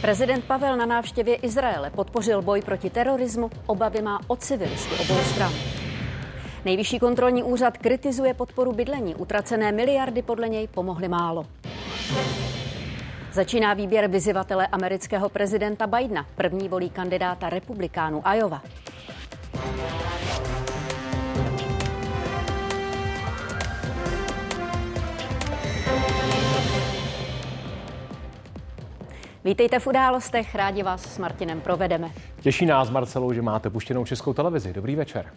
Prezident Pavel na návštěvě Izraele podpořil boj proti terorismu, obavy má o civilisty obou stran. Nejvyšší kontrolní úřad kritizuje podporu bydlení, utracené miliardy podle něj pomohly málo. Začíná výběr vyzývatele amerického prezidenta Bidena. První volí kandidáta republikánů Iowa. Vítejte v Událostech, rádi vás s Martinem provedeme. Těší nás, Marcelou, že máte puštěnou Českou televizi. Dobrý večer.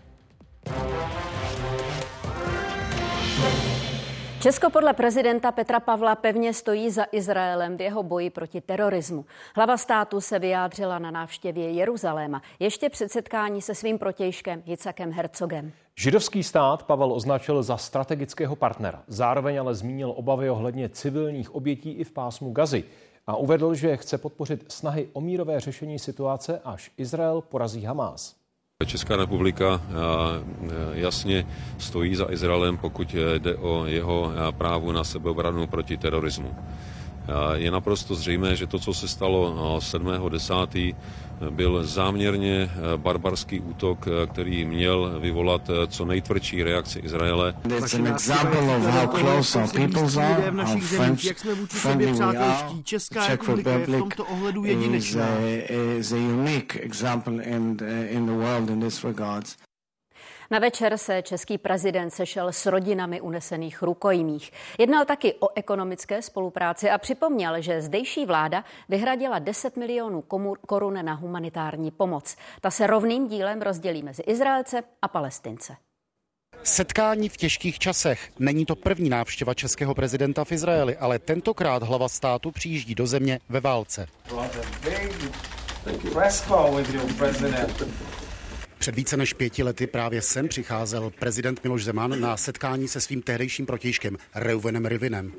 Česko podle prezidenta Petra Pavla pevně stojí za Izraelem v jeho boji proti terorismu. Hlava státu se vyjádřila na návštěvě Jeruzaléma ještě před setkání se svým protějškem Yitzhakem Herzogem. Židovský stát Pavel označil za strategického partnera. Zároveň ale zmínil obavy ohledně civilních obětí i v pásmu Gazy a uvedl, že chce podpořit snahy o mírové řešení situace, až Izrael porazí Hamás. Česká republika jasně stojí za Izraelem, pokud jde o jeho právo na sebeobranu proti terorismu. Je naprosto zřejmé, že to, co se stalo 7.10., byl záměrně barbarský útok, který měl vyvolat co nejtvrdší reakci Izraele. It's an example of how close our peoples are, how friendly we are. Czech Republic is a unique example in the world in this regards. Na večer se český prezident sešel s rodinami unesených rukojmích. Jednal taky o ekonomické spolupráci a připomněl, že zdejší vláda vyhradila 10 milionů korun na humanitární pomoc. Ta se rovným dílem rozdělí mezi Izraelce a Palestince. Setkání v těžkých časech. Není to první návštěva českého prezidenta v Izraeli, ale tentokrát hlava státu přijíždí do země ve válce. Před více než 5 lety právě sem přicházel prezident Miloš Zeman na setkání se svým tehdejším protějškem Reuvenem Rivlinem.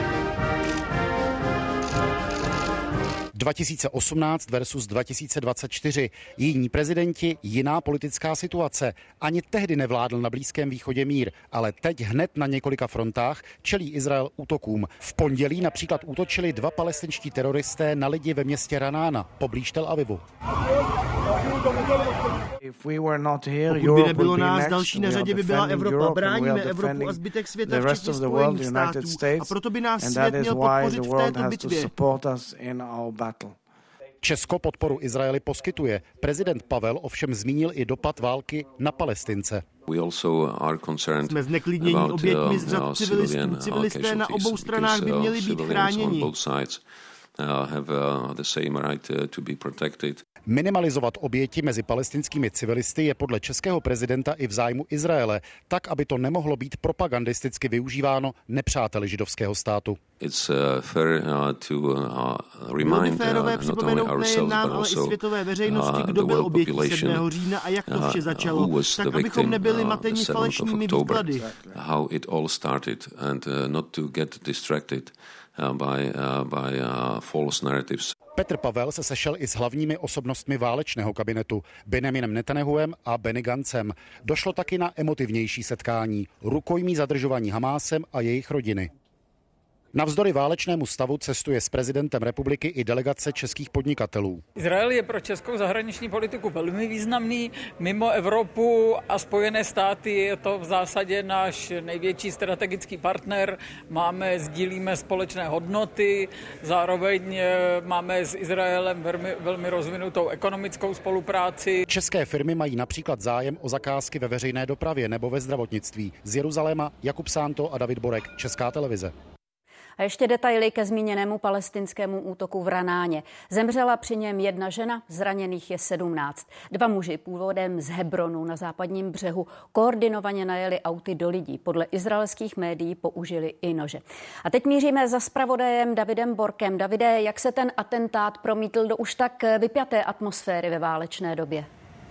2018 versus 2024. Jiní prezidenti, jiná politická situace. Ani tehdy nevládl na Blízkém východě mír, ale teď hned na několika frontách čelí Izrael útokům. V pondělí například útočili 2 palestinští teroristé na lidi ve městě Ranána, poblíž Tel Avivu. Pokud by nebylo nás, další na řadě by byla Evropa. Bráníme Evropu a zbytek světa včetně Spojených států a proto by nás svět měl podpořit v této bitvě. Česko podporu Izraeli poskytuje. Prezident Pavel ovšem zmínil i dopad války na Palestince. Jsme zneklidnění oběťmi z řad civilistů. Civilisté na obou stranách by měli být chráněni. Minimalizovat oběti mezi palestinskými civilisty je podle českého prezidenta i v zájmu Izraele, tak, aby to nemohlo být propagandisticky využíváno nepřáteli židovského státu. Bylo by férové připomenout nejen nám, ale i světové veřejnosti, kdo byl obětí 7. října a jak to vše začalo, tak abychom nebyli mateni falešnými výklady. Petr Pavel se sešel i s hlavními osobnostmi válečného kabinetu, Benjaminem Netanjahuem a Benny Gantzem. Došlo taky na emotivnější setkání, rukojmí zadržovaní Hamásem a jejich rodiny. Navzdory válečnému stavu cestuje s prezidentem republiky i delegace českých podnikatelů. Izrael je pro českou zahraniční politiku velmi významný. Mimo Evropu a Spojené státy je to v zásadě náš největší strategický partner. Sdílíme společné hodnoty, zároveň máme s Izraelem velmi rozvinutou ekonomickou spolupráci. České firmy mají například zájem o zakázky ve veřejné dopravě nebo ve zdravotnictví. Z Jeruzaléma Jakub Sánto a David Borek, Česká televize. A ještě detaily ke zmíněnému palestinskému útoku v Ranáně. Zemřela při něm 1 žena, zraněných je 17. 2 muži původem z Hebronu na západním břehu koordinovaně najeli auty do lidí. Podle izraelských médií použili i nože. A teď míříme za zpravodajem Davidem Borkem. Davide, jak se ten atentát promítl do už tak vypjaté atmosféry ve válečné době?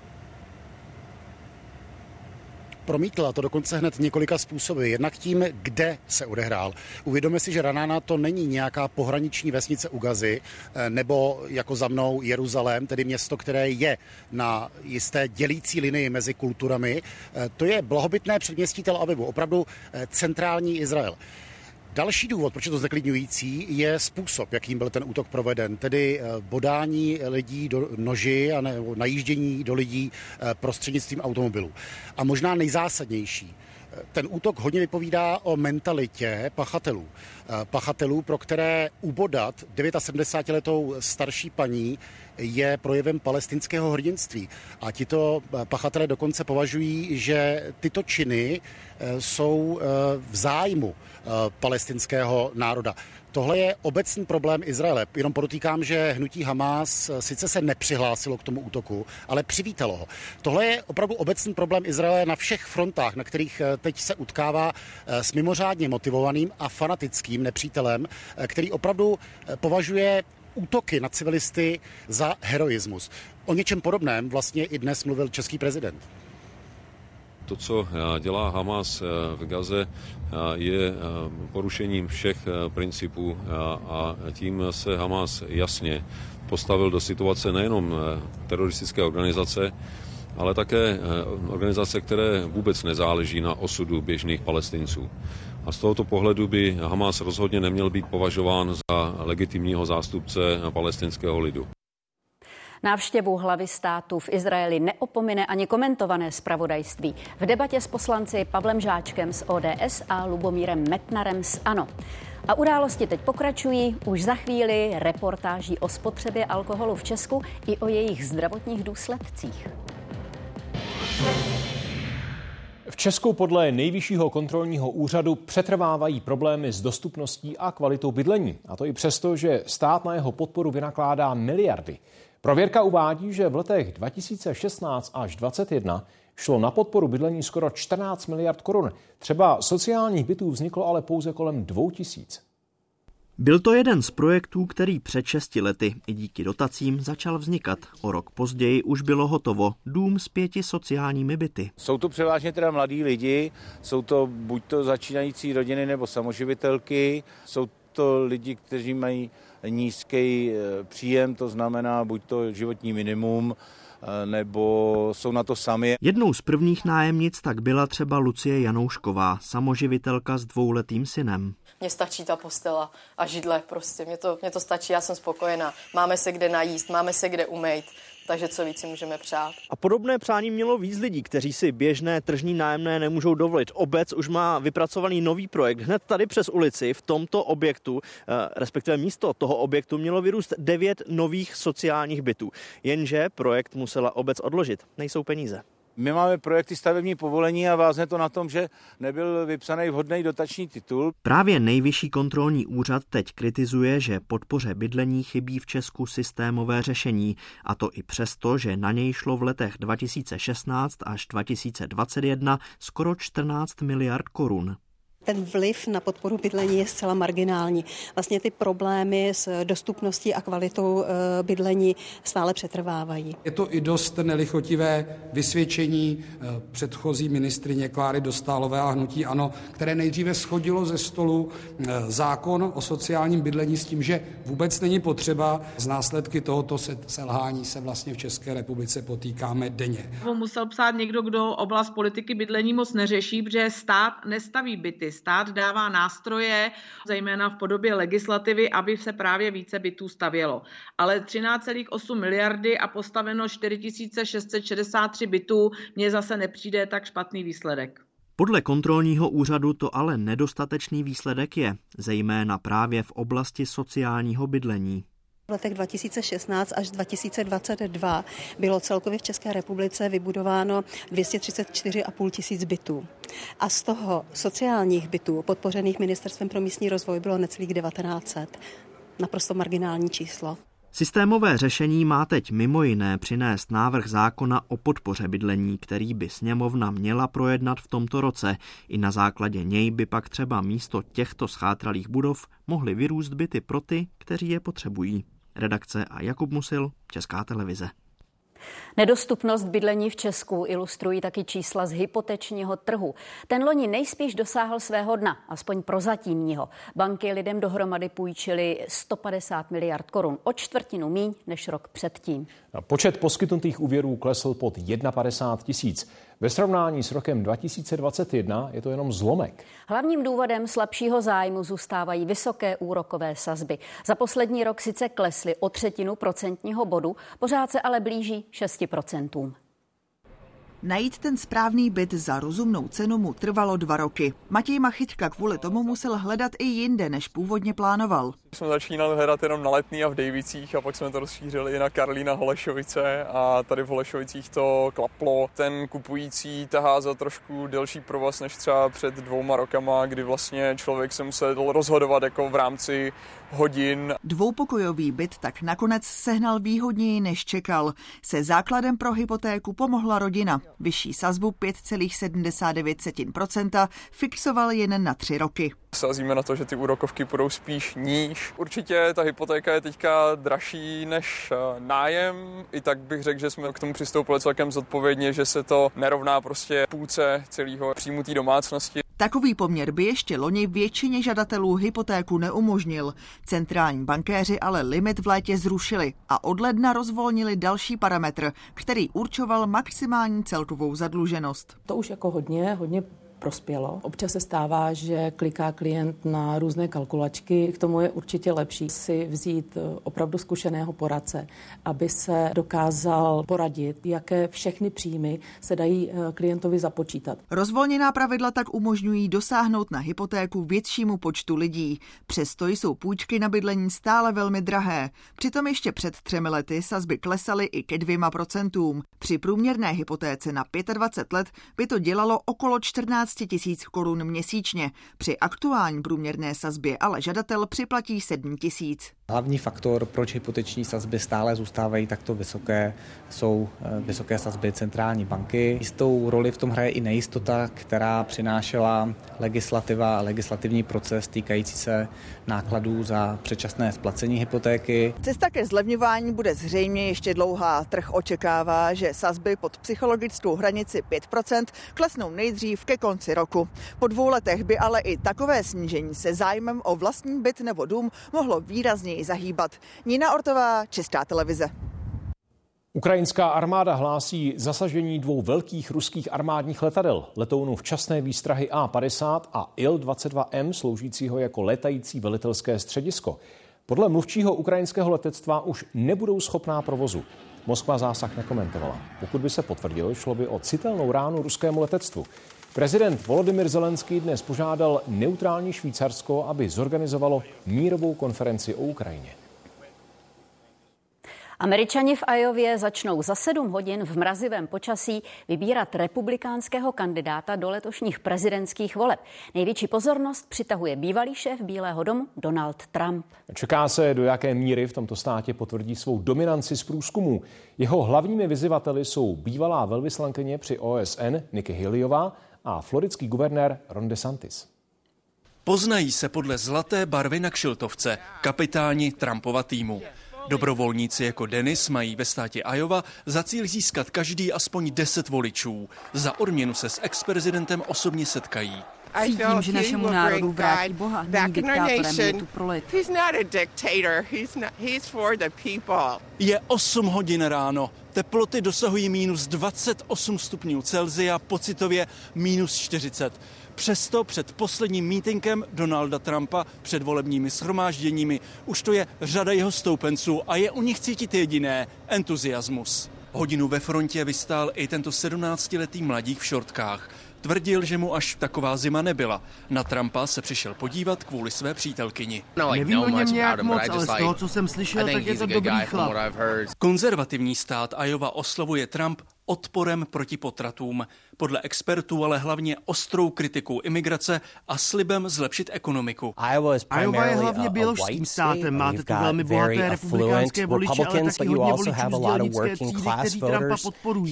Promítla to dokonce hned několika způsoby. Jednak tím, kde se odehrál. Uvědomme si, že Ranána to není nějaká pohraniční vesnice u Gazy, nebo jako za mnou Jeruzalém, tedy město, které je na jisté dělící linii mezi kulturami. To je blahobytné předměstí Tel Avivu, opravdu centrální Izrael. Další důvod, proč je to zneklidňující, je způsob, jakým byl ten útok proveden, tedy bodání lidí do noži a najíždění do lidí prostřednictvím automobilů. A možná nejzásadnější, ten útok hodně vypovídá o mentalitě pachatelů. Pachatelů, pro které ubodat 79letou starší paní je projevem palestinského hrdinství. A tito pachatelé dokonce považují, že tyto činy jsou v zájmu palestinského národa. Tohle je obecný problém Izraele. Jenom podotýkám, že hnutí Hamás sice se nepřihlásilo k tomu útoku, ale přivítalo ho. Tohle je opravdu obecný problém Izraele na všech frontách, na kterých teď se utkává s mimořádně motivovaným a fanatickým nepřítelem, který opravdu považuje útoky na civilisty za heroismus. O něčem podobném vlastně i dnes mluvil český prezident. To, co dělá Hamas v Gaze, je porušením všech principů a tím se Hamas jasně postavil do situace nejenom teroristické organizace, ale také organizace, které vůbec nezáleží na osudu běžných Palestinců. A z tohoto pohledu by Hamas rozhodně neměl být považován za legitimního zástupce palestinského lidu. Návštěvu hlavy státu v Izraeli neopomine ani komentované zpravodajství. V debatě s poslanci Pavlem Žáčkem z ODS a Lubomírem Metnarem z ANO. A události teď pokračují. Už za chvíli reportáží o spotřebě alkoholu v Česku i o jejich zdravotních důsledcích. V Česku podle Nejvyššího kontrolního úřadu přetrvávají problémy s dostupností a kvalitou bydlení. A to i přesto, že stát na jeho podporu vynakládá miliardy. Prověrka uvádí, že v letech 2016 až 2021 šlo na podporu bydlení skoro 14 miliard korun. Třeba sociálních bytů vzniklo ale pouze kolem 2000. Byl to jeden z projektů, který před 6 lety i díky dotacím začal vznikat. O rok později už bylo hotovo. Dům s 5 sociálními byty. Jsou to převážně teda mladí lidi, jsou to buď to začínající rodiny nebo samoživitelky, jsou to lidi, kteří mají nízký příjem, to znamená buď to životní minimum, nebo jsou na to sami. Jednou z prvních nájemnic tak byla třeba Lucie Janoušková, samoživitelka s 2letým synem. Mně stačí ta postela a židle, prostě mě to stačí, já jsem spokojená. Máme se kde najíst, máme se kde umýt, takže co víc si můžeme přát. A podobné přání mělo víc lidí, kteří si běžné tržní nájemné nemůžou dovolit. Obec už má vypracovaný nový projekt. Hned tady přes ulici v tomto objektu, respektive místo toho objektu, mělo vyrůst 9 nových sociálních bytů. Jenže projekt musela obec odložit. Nejsou peníze. My máme projekty stavební povolení a vázne to na tom, že nebyl vypsaný vhodný dotační titul. Právě Nejvyšší kontrolní úřad teď kritizuje, že podpoře bydlení chybí v Česku systémové řešení, a to i přesto, že na něj šlo v letech 2016 až 2021 skoro 14 miliard korun. Ten vliv na podporu bydlení je zcela marginální. Vlastně ty problémy s dostupností a kvalitou bydlení stále přetrvávají. Je to i dost nelichotivé vysvědčení předchozí ministryně Kláry Dostálové a hnutí ANO, které nejdříve shodilo ze stolu zákon o sociálním bydlení s tím, že vůbec není potřeba. Z následky tohoto selhání se vlastně v České republice potýkáme denně. Musel psát někdo, kdo oblast politiky bydlení moc neřeší, protože stát nestaví byty. Stát dává nástroje, zejména v podobě legislativy, aby se právě více bytů stavělo. Ale 13,8 miliardy a postaveno 4663 bytů mně zase nepřijde tak špatný výsledek. Podle kontrolního úřadu to ale nedostatečný výsledek je, zejména právě v oblasti sociálního bydlení. V letech 2016 až 2022 bylo celkově v České republice vybudováno 234,5 tisíc bytů. A z toho sociálních bytů podpořených Ministerstvem pro místní rozvoj bylo necelých 1900. Naprosto marginální číslo. Systémové řešení má teď mimo jiné přinést návrh zákona o podpoře bydlení, který by sněmovna měla projednat v tomto roce. I na základě něj by pak třeba místo těchto schátralých budov mohly vyrůst byty pro ty, kteří je potřebují. Redakce a Jakub Musil, Česká televize. Nedostupnost bydlení v Česku ilustrují taky čísla z hypotečního trhu. Ten loni nejspíš dosáhl svého dna, aspoň prozatímního. Banky lidem dohromady půjčily 150 miliard korun, o čtvrtinu míň než rok předtím. Počet poskytnutých úvěrů klesl pod 51 000. Ve srovnání s rokem 2021 je to jenom zlomek. Hlavním důvodem slabšího zájmu zůstávají vysoké úrokové sazby. Za poslední rok sice klesly o 0,3 procentního bodu, pořád se ale blíží 6%. Najít ten správný byt za rozumnou cenu mu trvalo 2 roky. Matěj Machytka kvůli tomu musel hledat i jinde, než původně plánoval. Jsme začínali hledat jenom na Letný a v Dejvicích a pak jsme to rozšířili i na Karlín a Holešovice a tady v Holešovicích to klaplo. Ten kupující tahá za trošku delší provaz než třeba před 2 rokama, kdy vlastně člověk se musel rozhodovat jako v rámci hodin. Dvoupokojový byt tak nakonec sehnal výhodněji, než čekal. Se základem pro hypotéku pomohla rodina. Vyšší sazbu 5,79% fixoval jen na 3 roky. Sázíme na to, že ty úrokovky půjdou spíš níž. Určitě ta hypotéka je teďka dražší než nájem. I tak bych řekl, že jsme k tomu přistoupili celkem zodpovědně, že se to nerovná prostě půlce celého příjmu té domácnosti. Takový poměr by ještě loni většině žadatelů hypotéku neumožnil. Centrální bankéři ale limit v létě zrušili a od ledna rozvolnili další parametr, který určoval maximální celkovou zadluženost. To už jako hodně prospělo. Občas se stává, že kliká klient na různé kalkulačky. K tomu je určitě lepší si vzít opravdu zkušeného poradce, aby se dokázal poradit, jaké všechny příjmy se dají klientovi započítat. Rozvolněná pravidla tak umožňují dosáhnout na hypotéku většímu počtu lidí. Přesto jsou půjčky na bydlení stále velmi drahé. Přitom ještě před 3 lety sazby klesaly i ke 2%. Při průměrné hypotéce na 25 let by to dělalo okolo 14 000 korun měsíčně. Při aktuální průměrné sazbě ale žadatel připlatí 7 000. Hlavní faktor, proč hypoteční sazby stále zůstávají takto vysoké, jsou vysoké sazby centrální banky. Jistou roli v tom hraje i nejistota, která přinášela legislativa a legislativní proces týkající se nákladů za předčasné splacení hypotéky. Cesta ke zlevňování bude zřejmě ještě dlouhá. Trh očekává, že sazby pod psychologickou hranici 5% klesnou nejdřív ke konci roku. Po 2 letech by ale i takové snížení se zájmem o vlastní byt nebo dům mohlo výrazněji zahýbat. Nina Ortová, Česká televize. Ukrajinská armáda hlásí zasažení 2 velkých ruských armádních letadel, letounů včasné výstrahy A-50 a Il-22M, sloužícího jako létající velitelské středisko. Podle mluvčího ukrajinského letectva už nebudou schopná provozu. Moskva zásah nekomentovala. Pokud by se potvrdil, šlo by o citelnou ránu ruskému letectvu. Prezident Volodymyr Zelenský dnes požádal neutrální Švýcarsko, aby zorganizovalo mírovou konferenci o Ukrajině. Američani v Iowě začnou za 7 hodin v mrazivém počasí vybírat republikánského kandidáta do letošních prezidentských voleb. Největší pozornost přitahuje bývalý šéf Bílého domu Donald Trump. Čeká se, do jaké míry v tomto státě potvrdí svou dominanci z průzkumů. Jeho hlavními vyzývateli jsou bývalá velvyslankyně při OSN Nikki Haleyová a floridský guvernér Ron DeSantis. Poznají se podle zlaté barvy na kšiltovce, kapitáni Trumpova týmu. Dobrovolníci jako Dennis mají ve státě Iowa za cíl získat každý aspoň 10 voličů. Za odměnu se s ex-prezidentem osobně setkají. Cítím, že našemu národu vrátí Boha, není diktátorem, je tu pro lid. Je 8 hodin ráno. Teploty dosahují minus 28 stupňů Celsia, pocitově minus 40. Přesto před posledním mítinkem Donalda Trumpa před volebními shromážděními už to je řada jeho stoupenců a je u nich cítit jediné entuziasmus. Hodinu ve frontě vystál i tento 17letý mladík v šortkách. Tvrdil, že mu až taková zima nebyla. Na Trumpa se přišel podívat kvůli své přítelkyni. Nevím o něm nějak moc, ale z toho, co jsem slyšel, tak je to dobrý chlap. Konzervativní stát Iowa oslovuje Trump odporem proti potratům. Podle expertů ale hlavně ostrou kritikou imigrace a slibem zlepšit ekonomiku. Iowa je hlavně běložským státem. Máte tu velmi bohaté republikánské voliče, ale taky hodně voličů z dělnické třídy, kteří Trumpa podporují.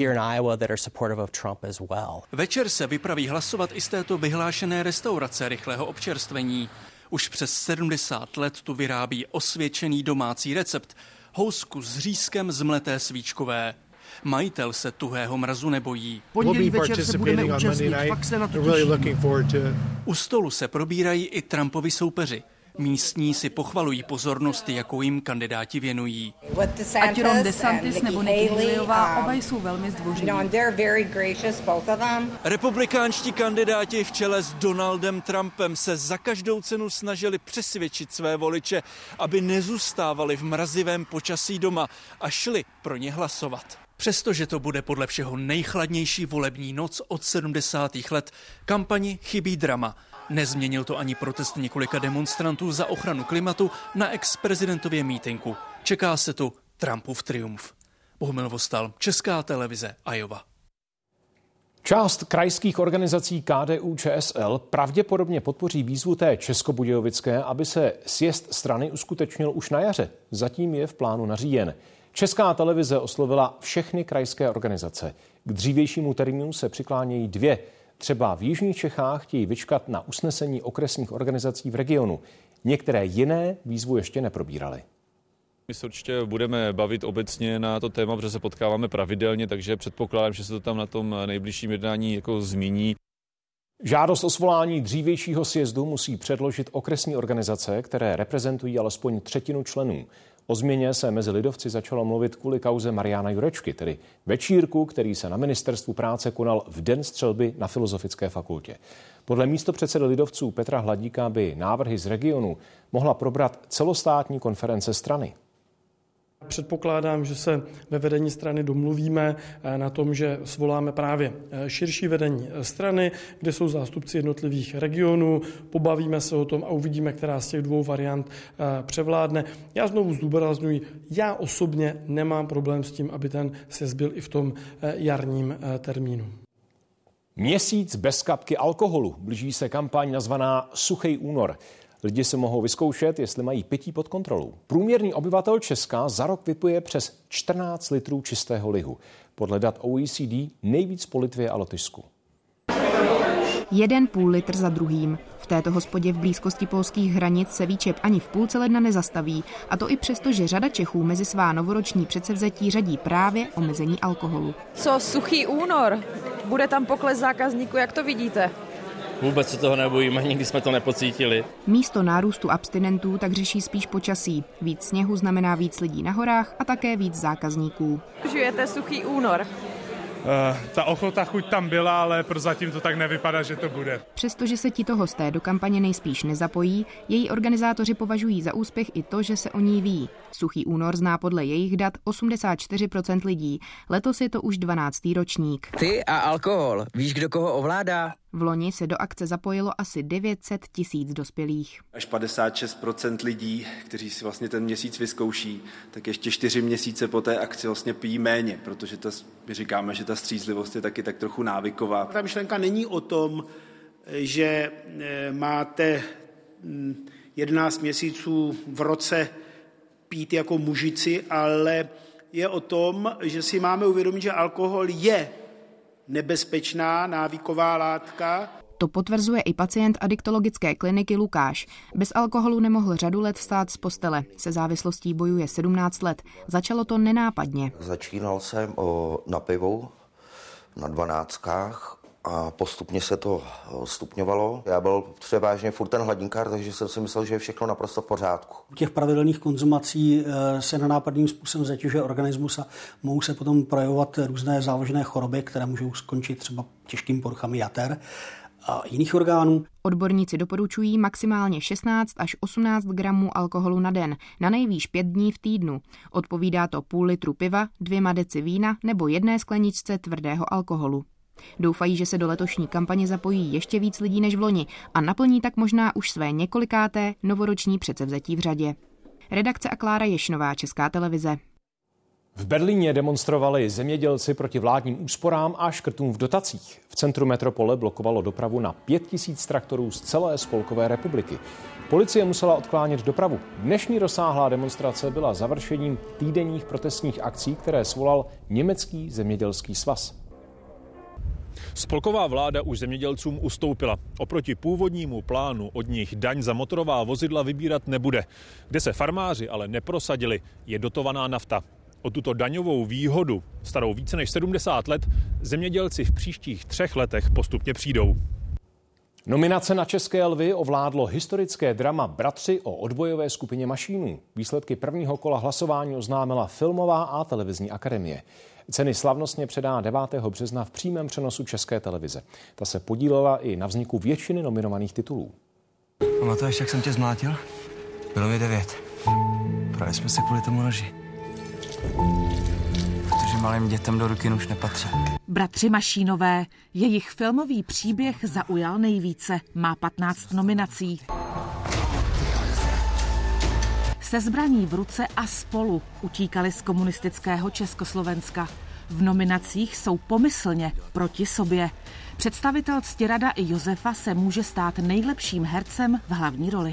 Večer se vypraví hlasovat i z této vyhlášené restaurace rychlého občerstvení. Už přes 70 let tu vyrábí osvědčený domácí recept. Housku s řízkem z mleté svíčkové. Majitel se tuhého mrazu nebojí. Pondělí večer se budeme účastnit, fakt se na to těším. U stolu se probírají i Trumpovi soupeři. Místní si pochvalují pozornost, jakou jim kandidáti věnují. Ať Ron DeSantis nebo Nikki Haleyová, oba jsou velmi zdvořilí. Republikánští kandidáti v čele s Donaldem Trumpem se za každou cenu snažili přesvědčit své voliče, aby nezůstávali v mrazivém počasí doma a šli pro ně hlasovat. Přestože to bude podle všeho nejchladnější volební noc od 70. let, kampani chybí drama. Nezměnil to ani protest několika demonstrantů za ochranu klimatu na ex-prezidentově mítinku. Čeká se tu Trumpův triumf. Bohumil Vostal, Česká televize, Iowa. Část krajských organizací KDU-ČSL pravděpodobně podpoří výzvu té českobudějovické, aby se sjezd strany uskutečnil už na jaře. Zatím je v plánu na říjen. Česká televize oslovila všechny krajské organizace. K dřívějšímu termínu se přiklánějí dvě. Třeba v jižních Čechách chtějí vyčkat na usnesení okresních organizací v regionu. Některé jiné výzvu ještě neprobíraly. My se určitě budeme bavit obecně na to téma, protože se potkáváme pravidelně, takže předpokládám, že se to tam na tom nejbližším jednání jako zmíní. Žádost o svolání dřívějšího sjezdu musí předložit okresní organizace, které reprezentují alespoň třetinu členů. O změně se mezi lidovci začalo mluvit kvůli kauze Mariana Jurečky, tedy večírku, který se na Ministerstvu práce konal v den střelby na Filozofické fakultě. Podle místopředsedy lidovců Petra Hladíka by návrhy z regionu mohla probrat celostátní konference strany. Předpokládám, že se ve vedení strany domluvíme na tom, že svoláme právě širší vedení strany, kde jsou zástupci jednotlivých regionů, pobavíme se o tom a uvidíme, která z těch dvou variant převládne. Já znovu zdůrazňuji, já osobně nemám problém s tím, aby ten sjezd byl i v tom jarním termínu. Měsíc bez kapky alkoholu. Blíží se kampaň nazvaná Suchý únor. Lidi se mohou vyzkoušet, jestli mají pití pod kontrolou. Průměrný obyvatel Česka za rok vypije přes 14 litrů čistého lihu. Podle dat OECD nejvíc po Litvě a Lotyšsku. 1,5 litr za druhým. V této hospodě v blízkosti polských hranic se výčep ani v půlce ledna nezastaví. A to i přesto, že řada Čechů mezi svá novoroční předsevzetí řadí právě omezení alkoholu. Co Suchý únor? Bude tam pokles zákazníků, jak to vidíte? Vůbec se toho nebojíme, nikdy jsme to nepocítili. Místo nárůstu abstinentů tak řeší spíš počasí. Víc sněhu znamená víc lidí na horách a také víc zákazníků. Žijete Suchý únor? Ta ochota chuť tam byla, ale prozatím to tak nevypadá, že to bude. Přestože se tito hosté do kampaně nejspíš nezapojí, její organizátoři považují za úspěch i to, že se o ní ví. Suchý únor zná podle jejich dat 84% lidí. Letos je to už 12. ročník. Ty a alkohol. Víš, kdo koho ovládá? V loni se do akce zapojilo asi 900 000 dospělých. Až 56% lidí, kteří si vlastně ten měsíc vyzkouší, tak ještě 4 měsíce po té akci vlastně pijí méně, protože my říkáme, že ta střízlivost je taky tak trochu návyková. Ta myšlenka není o tom, že máte 11 měsíců v roce pít jako mužici, ale je o tom, že si máme uvědomit, že alkohol je nebezpečná návyková látka. To potvrzuje i pacient adiktologické kliniky Lukáš. Bez alkoholu nemohl řadu let vstát z postele. Se závislostí bojuje 17 let. Začalo to nenápadně. Začínal jsem na pivu, na 12 a postupně se to stupňovalo. Já byl převážně furt ten hladínkár, takže jsem si myslel, že je všechno naprosto v pořádku. U těch pravidelných konzumací se nenápadným způsobem zatěžuje organismus a mohou se potom projevovat různé závažné choroby, které můžou skončit třeba těžkým poruchami jater a jiných orgánů. Odborníci doporučují maximálně 16 až 18 gramů alkoholu na den, na nejvýš 5 dní v týdnu. Odpovídá to půl litru piva, 2 deci vína nebo 1 skleničce tvrdého alkoholu. Doufají, že se do letošní kampaně zapojí ještě víc lidí než v loni a naplní tak možná už své několikáté novoroční předsevzetí v řadě. Redakce a Klára Ješnová, Česká televize. V Berlíně demonstrovali zemědělci proti vládním úsporám a škrtům v dotacích. V centru metropole blokovalo dopravu na 5000 traktorů z celé Spolkové republiky. Policie musela odklánět dopravu. Dnešní rozsáhlá demonstrace byla završením týdenních protestních akcí, které svolal Německý zemědělský svaz. Spolková vláda už zemědělcům ustoupila. Oproti původnímu plánu od nich daň za motorová vozidla vybírat nebude. Kde se farmáři ale neprosadili, je dotovaná nafta. O tuto daňovou výhodu, starou více než 70 let, zemědělci v příštích 3 letech postupně přijdou. Nominace na České lvy ovládlo historické drama Bratři o odbojové skupině Mašínů. Výsledky prvního kola hlasování oznámila Filmová a televizní akademie. Ceny slavnostně předá 9. března v přímém přenosu České televize. Ta se podílela i na vzniku většiny nominovaných titulů. Pamatuješ, jak jsem tě zmlátil? Bylo mi 9. Právě jsme se kvůli tomu noži. Protože malým dětem do ruky už nepatří. Bratři Mašínové. Jejich filmový příběh zaujal nejvíce. Má 15 nominací. Se zbraní v ruce a spolu utíkali z komunistického Československa. V nominacích jsou pomyslně proti sobě. Představitel Ctirada i Josefa se může stát nejlepším hercem v hlavní roli.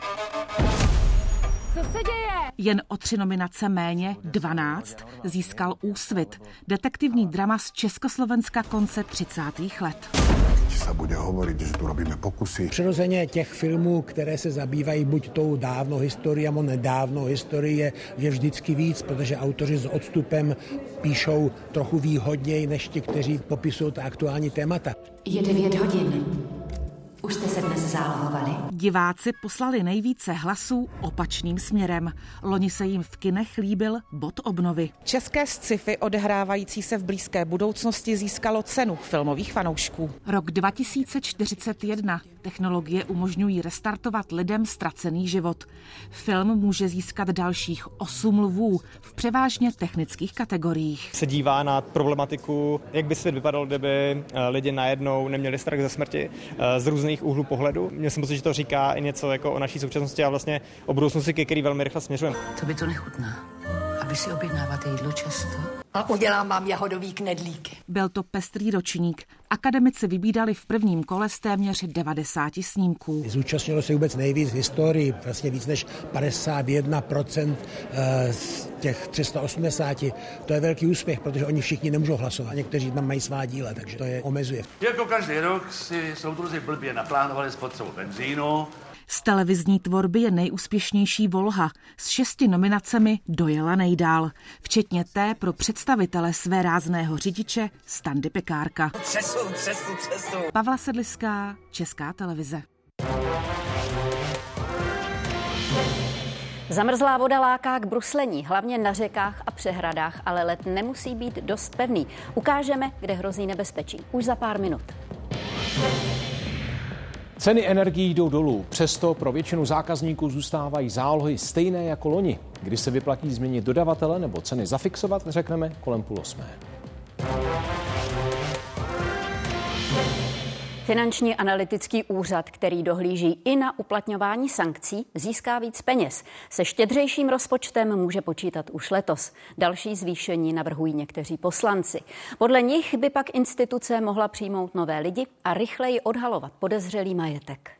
Co se děje? Jen o 3 nominace méně, 12, získal Úsvit. Detektivní drama z Československa konce 30. let. Se bude hovoriť, že tu robíme pokusy. Přirozeně těch filmů, které se zabývají buď tou dávnou historií, nebo nedávnou historií, je vždycky víc, protože autoři s odstupem píšou trochu výhodněji, než ti, kteří popisují ta aktuální témata. Je 9 hodin. Už jste se dnes zálohovali? Diváci poslali nejvíce hlasů opačným směrem. Loni se jim v kinech líbil Bod obnovy. České sci-fi odehrávající se v blízké budoucnosti získalo cenu filmových fanoušků. Rok 2041. Technologie umožňují restartovat lidem ztracený život. Film může získat dalších 8 lvů v převážně technických kategoriích. Se dívá na problematiku, jak by svět vypadal, kdyby lidi najednou neměli strach ze smrti z různých úhlů pohledu. Měl jsem pocit, že to říká i něco jako o naší současnosti a vlastně o budoucnosti, ke který velmi rychle směřujeme. To by to nechutná. A vy si objednáváte jídlo často? A udělám vám jahodový knedlíky. Byl to pestrý ročník. Akademici vybídali v prvním kole z téměř 90 snímků. Zúčastnilo se vůbec nejvíc v historii, vlastně víc než 51% z těch 380. To je velký úspěch, protože oni všichni nemůžou hlasovat. Někteří tam mají svá díla, takže to je omezuje. Jako každý rok si soudruzi blbě naplánovali spotřebu benzínu. Z televizní tvorby je nejúspěšnější Volha. S 6 nominacemi dojela nejdál. Včetně té pro představitele svérázného řidiče Standy Pekárka. Třesu. Pavla Sedliská, Česká televize. Zamrzlá voda láká k bruslení, hlavně na řekách a přehradách, ale led nemusí být dost pevný. Ukážeme, kde hrozí nebezpečí. Už za pár minut. Ceny energií jdou dolů, přesto pro většinu zákazníků zůstávají zálohy stejné jako loni. Kdy se vyplatí změnit dodavatele nebo ceny zafixovat, řekneme kolem 7:30. Finanční analytický úřad, který dohlíží i na uplatňování sankcí, získá víc peněz. Se štědřejším rozpočtem může počítat už letos. Další zvýšení navrhují někteří poslanci. Podle nich by pak instituce mohla přijmout nové lidi a rychleji odhalovat podezřelý majetek.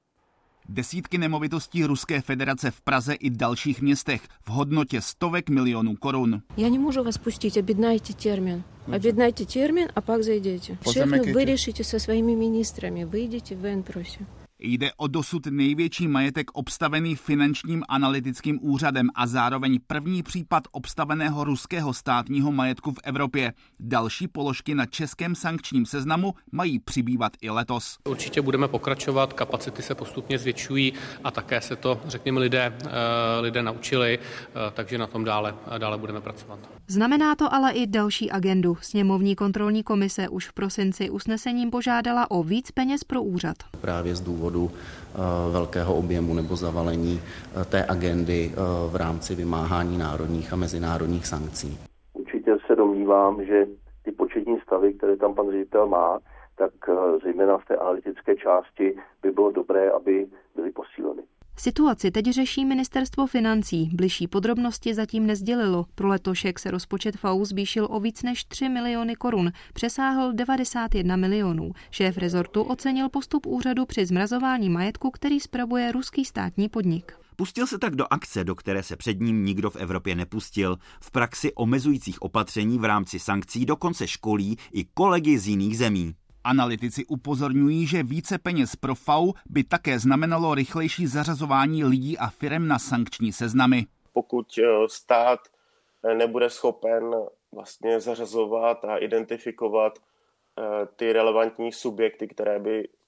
Desítky nemovitostí Ruské federace v Praze i dalších městech v hodnotě stovek milionů korun. Já nemůžu vás pustit, objednajte termín. Objednajte termín a pak zajdete. Všechno vyřešíte se svými ministrami. Vyjdete ven, prosím. Jde o dosud největší majetek obstavený finančním analytickým úřadem a zároveň první případ obstaveného ruského státního majetku v Evropě. Další položky na českém sankčním seznamu mají přibývat i letos. Určitě budeme pokračovat, kapacity se postupně zvětšují a také se to, řekněme, lidé naučili, takže na tom dále budeme pracovat. Znamená to ale i další agendu. Sněmovní kontrolní komise už v prosinci usnesením požádala o víc peněz pro úřad. Právě z důvodu velkého objemu nebo zavalení té agendy v rámci vymáhání národních a mezinárodních sankcí. Určitě se domnívám, že ty početní stavy, které tam pan ředitel má, tak zejména v té analytické části by bylo dobré, aby byly posíleny. Situaci teď řeší ministerstvo financí. Bližší podrobnosti zatím nesdělilo. Pro letošek se rozpočet FAÚ zvýšil o víc než 3 miliony korun. Přesáhl 91 milionů. Šéf rezortu ocenil postup úřadu při zmrazování majetku, který spravuje ruský státní podnik. Pustil se tak do akce, do které se před ním nikdo v Evropě nepustil. V praxi omezujících opatření v rámci sankcí dokonce školí i kolegy z jiných zemí. Analytici upozorňují, že více peněz pro FAÚ by také znamenalo rychlejší zařazování lidí a firem na sankční seznamy. Pokud stát nebude schopen vlastně zařazovat a identifikovat ty relevantní subjekty, které by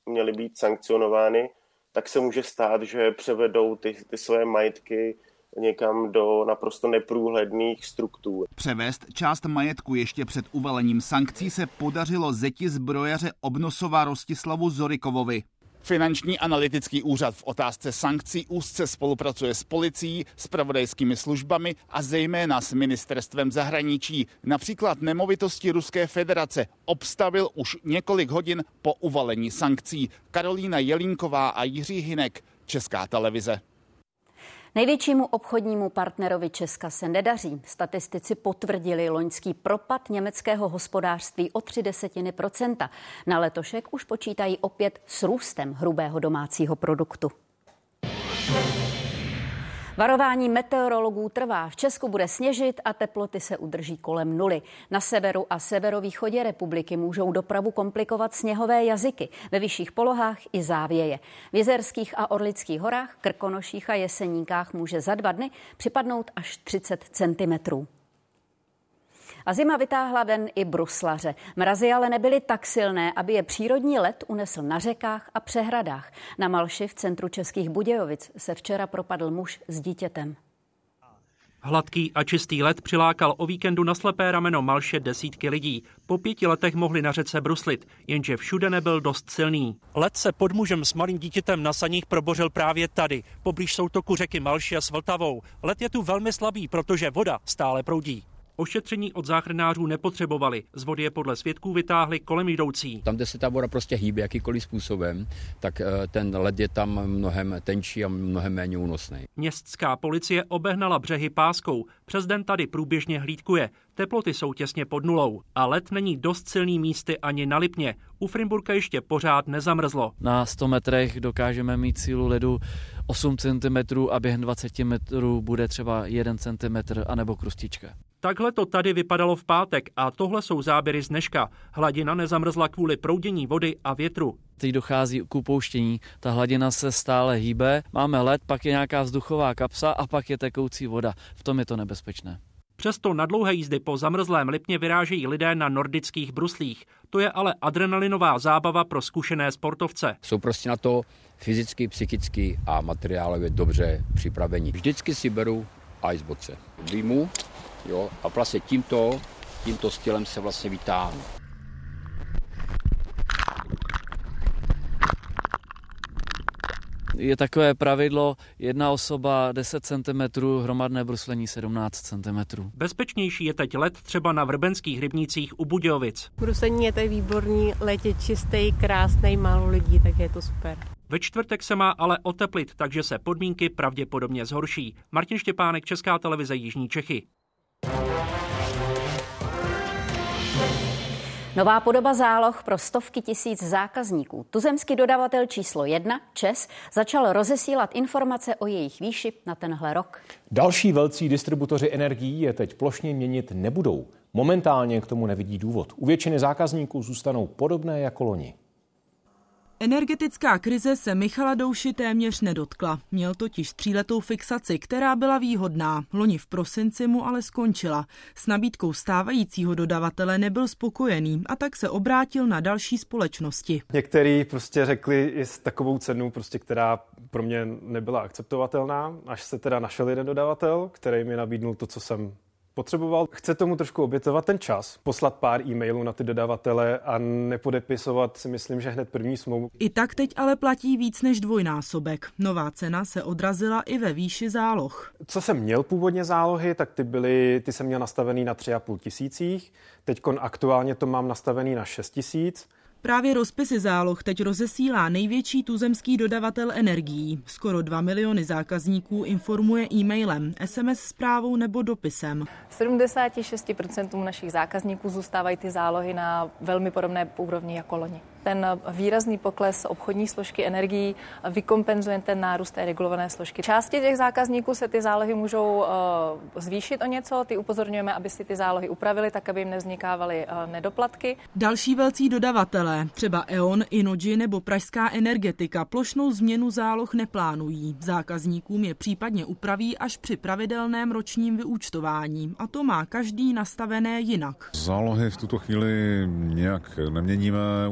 měly být sankcionovány, tak se může stát, že převedou ty své majetky někam do naprosto neprůhledných struktur. Převést část majetku ještě před uvalením sankcí se podařilo zeti zbrojaře Obnosova Rostislavu Zorikovovi. Finanční analytický úřad v otázce sankcí úzce spolupracuje s policií, zpravodajskými službami a zejména s ministerstvem zahraničí. Například nemovitosti Ruské federace obstavil už několik hodin po uvalení sankcí. Karolína Jelínková a Jiří Hynek, Česká televize. Největšímu obchodnímu partnerovi Česka se nedaří. Statistici potvrdili loňský propad německého hospodářství o 0,3%. Na letošek už počítají opět s růstem hrubého domácího produktu. Varování meteorologů trvá. V Česku bude sněžit a teploty se udrží kolem nuly. Na severu a severovýchodě republiky můžou dopravu komplikovat sněhové jazyky. Ve vyšších polohách i závěje. V Jizerských a Orlických horách, Krkonoších a Jeseníkách může za 2 dny připadnout až 30 centimetrů. A zima vytáhla ven i bruslaře. Mrazy ale nebyly tak silné, aby je přírodní led unesl na řekách a přehradách. Na Malši v centru Českých Budějovic se včera propadl muž s dítětem. Hladký a čistý led přilákal o víkendu na slepé rameno Malše desítky lidí. Po 5 letech mohli na řece bruslit, jenže všude nebyl dost silný. Led se pod mužem s malým dítětem na saních probořil právě tady, poblíž soutoku řeky Malši a s Vltavou. Led je tu velmi slabý, protože voda stále proudí. Ošetření od záchranářů nepotřebovali. Z vody je podle svědků vytáhli kolem jdoucí. Tam, kde se ta voda prostě hýbe jakýkoliv způsobem, tak ten led je tam mnohem tenčí a mnohem méně únosný. Městská policie obehnala břehy páskou. Přes den tady průběžně hlídkuje. Teploty jsou těsně pod nulou. A led není dost silný místy ani na Lipně. U Frimburka ještě pořád nezamrzlo. Na 100 metrech dokážeme mít sílu ledu 8 cm a během 20 metrů bude třeba 1 cm anebo krustička. Takhle to tady vypadalo v pátek a tohle jsou záběry z dneška. Hladina nezamrzla kvůli proudění vody a větru. Teď dochází k upouštění, ta hladina se stále hýbe, máme led, pak je nějaká vzduchová kapsa a pak je tekoucí voda. V tom je to nebezpečné. Přesto na dlouhé jízdy po zamrzlém Lipně vyrážejí lidé na nordických bruslích. To je ale adrenalinová zábava pro zkušené sportovce. Jsou prostě na to fyzicky, psychicky a materiálově dobře připraveni. Vždycky si beru iceboxe. Dýmu, jo, a vlastně tímto stylem se vlastně vytáhnu. Je takové pravidlo, 1 osoba 10 cm, hromadné bruslení 17 cm. Bezpečnější je teď led třeba na vrbenských rybnících u Budějovic. Bruslení je tady výborný, let je čistý, krásný, málo lidí, tak je to super. Ve čtvrtek se má ale oteplit, takže se podmínky pravděpodobně zhorší. Martin Štěpánek, Česká televize, Jižní Čechy. Nová podoba záloh pro stovky tisíc zákazníků. Tuzemský dodavatel číslo 1, ČEZ, začal rozesílat informace o jejich výši na tenhle rok. Další velcí distributoři energií je teď plošně měnit nebudou. Momentálně k tomu nevidí důvod. U většiny zákazníků zůstanou podobné jako loni. Energetická krize se Michala Douši téměř nedotkla. Měl totiž 3letou fixaci, která byla výhodná. Loni v prosinci mu ale skončila. S nabídkou stávajícího dodavatele nebyl spokojený a tak se obrátil na další společnosti. Někteří prostě řekli i s takovou cenu, prostě, která pro mě nebyla akceptovatelná, až se teda našel jeden dodavatel, který mi nabídnul to, co jsem potřeboval. Chce tomu trošku obětovat ten čas, poslat pár e-mailů na ty dodavatele a nepodepisovat si myslím, že hned první smlouvu. I tak teď ale platí víc než dvojnásobek. Nová cena se odrazila i ve výši záloh. Co jsem měl původně zálohy, tak ty jsem měl nastavený na 3,5 tisících. Teďkon aktuálně to mám nastavený na 6 tisíc. Právě rozpisy záloh teď rozesílá největší tuzemský dodavatel energií. Skoro 2 miliony zákazníků informuje e-mailem, SMS zprávou nebo dopisem. 76% našich zákazníků zůstávají ty zálohy na velmi podobné úrovni jako loni. Ten výrazný pokles obchodní složky energií vykompenzuje ten nárůst té regulované složky. Části těch zákazníků se ty zálohy můžou zvýšit o něco, ty upozorňujeme, aby si ty zálohy upravili, tak aby jim nevznikávaly nedoplatky. Další velcí dodavatelé, třeba E.ON, Innogy nebo Pražská energetika, plošnou změnu záloh neplánují. Zákazníkům je případně upraví až při pravidelném ročním vyúčtování a to má každý nastavené jinak. Zálohy v tuto chvíli nějak neměníme, u nás je to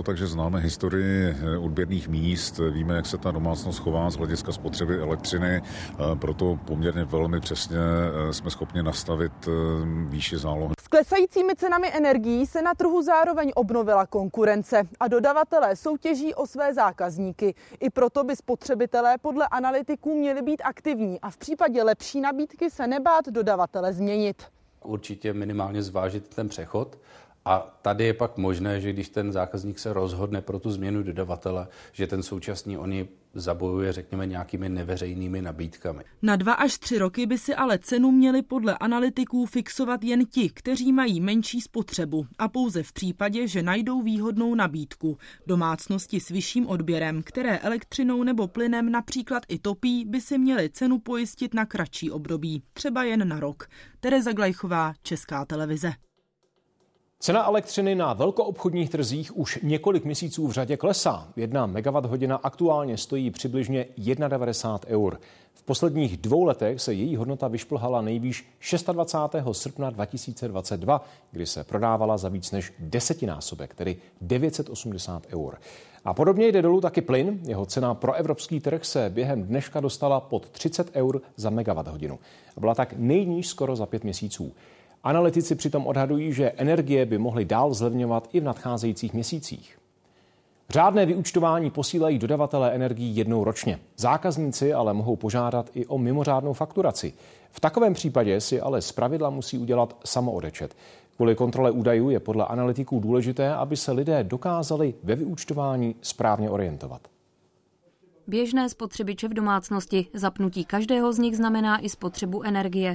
to tak, že známe historii odběrných míst, víme, jak se ta domácnost chová z hlediska spotřeby elektřiny, proto poměrně velmi přesně jsme schopni nastavit výši zálohy. S klesajícími cenami energií se na trhu zároveň obnovila konkurence a dodavatelé soutěží o své zákazníky. I proto by spotřebitelé podle analytiků měli být aktivní a v případě lepší nabídky se nebát dodavatele změnit. Určitě minimálně zvážit ten přechod. A tady je pak možné, že když ten zákazník se rozhodne pro tu změnu dodavatele, že ten současný on ji zabojuje, řekněme, nějakými neveřejnými nabídkami. Na 2 až 3 roky by si ale cenu měli podle analytiků fixovat jen ti, kteří mají menší spotřebu a pouze v případě, že najdou výhodnou nabídku. Domácnosti s vyšším odběrem, které elektřinou nebo plynem například i topí, by si měly cenu pojistit na kratší období, třeba jen na rok. Tereza Glajchová, Česká televize. Cena elektřiny na velkoobchodních trzích už několik měsíců v řadě klesá. 1 megawatthodina aktuálně stojí přibližně 91 eur. V posledních 2 letech se její hodnota vyšplhala nejvýš 26. srpna 2022, kdy se prodávala za víc než 10násobek, tedy 980 eur. A podobně jde dolů taky plyn. Jeho cena pro evropský trh se během dneška dostala pod 30 eur za megawatthodinu. Byla tak nejníž skoro za 5 měsíců. Analytici přitom odhadují, že energie by mohly dál zlevňovat i v nadcházejících měsících. Řádné vyúčtování posílají dodavatelé energií jednou ročně. Zákazníci ale mohou požádat i o mimořádnou fakturaci. V takovém případě si ale zpravidla musí udělat samoodečet. Kvůli kontrole údajů je podle analytiků důležité, aby se lidé dokázali ve vyúčtování správně orientovat. Běžné spotřebiče v domácnosti. Zapnutí každého z nich znamená i spotřebu energie.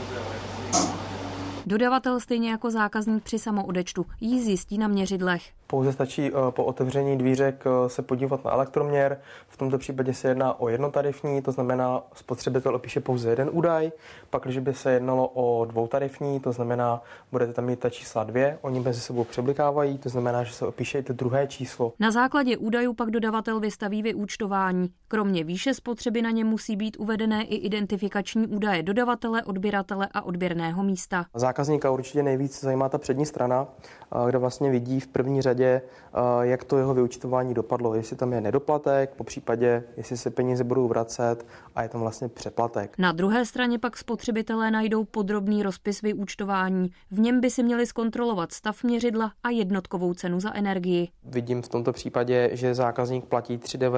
Dodavatel stejně jako zákazník při samoodečtu ji zjistí na měřidlech. Pouze stačí po otevření dvířek se podívat na elektroměr. V tomto případě se jedná o jednotarifní, to znamená, spotřebitel opíše pouze jeden údaj. Pak, když by se jednalo o dvoutarifní, to znamená, budete tam mít ta čísla 2, oni mezi sebou přeblikávají, to znamená, že se opíše i to druhé číslo. Na základě údajů pak dodavatel vystaví vyúčtování. Kromě výše spotřeby na něm musí být uvedené i identifikační údaje dodavatele, odběratele a odběrného místa. Zákazníka určitě nejvíc zajímá ta přední strana, kde vlastně vidí v první řadě, jak to jeho vyúčtování dopadlo, jestli tam je nedoplatek, popřípadě jestli se peníze budou vracet a je tam vlastně přeplatek. Na druhé straně pak spotřebitelé najdou podrobný rozpis vyúčtování. V něm by si měli zkontrolovat stav měřidla a jednotkovou cenu za energii. Vidím v tomto případě, že zákazník platí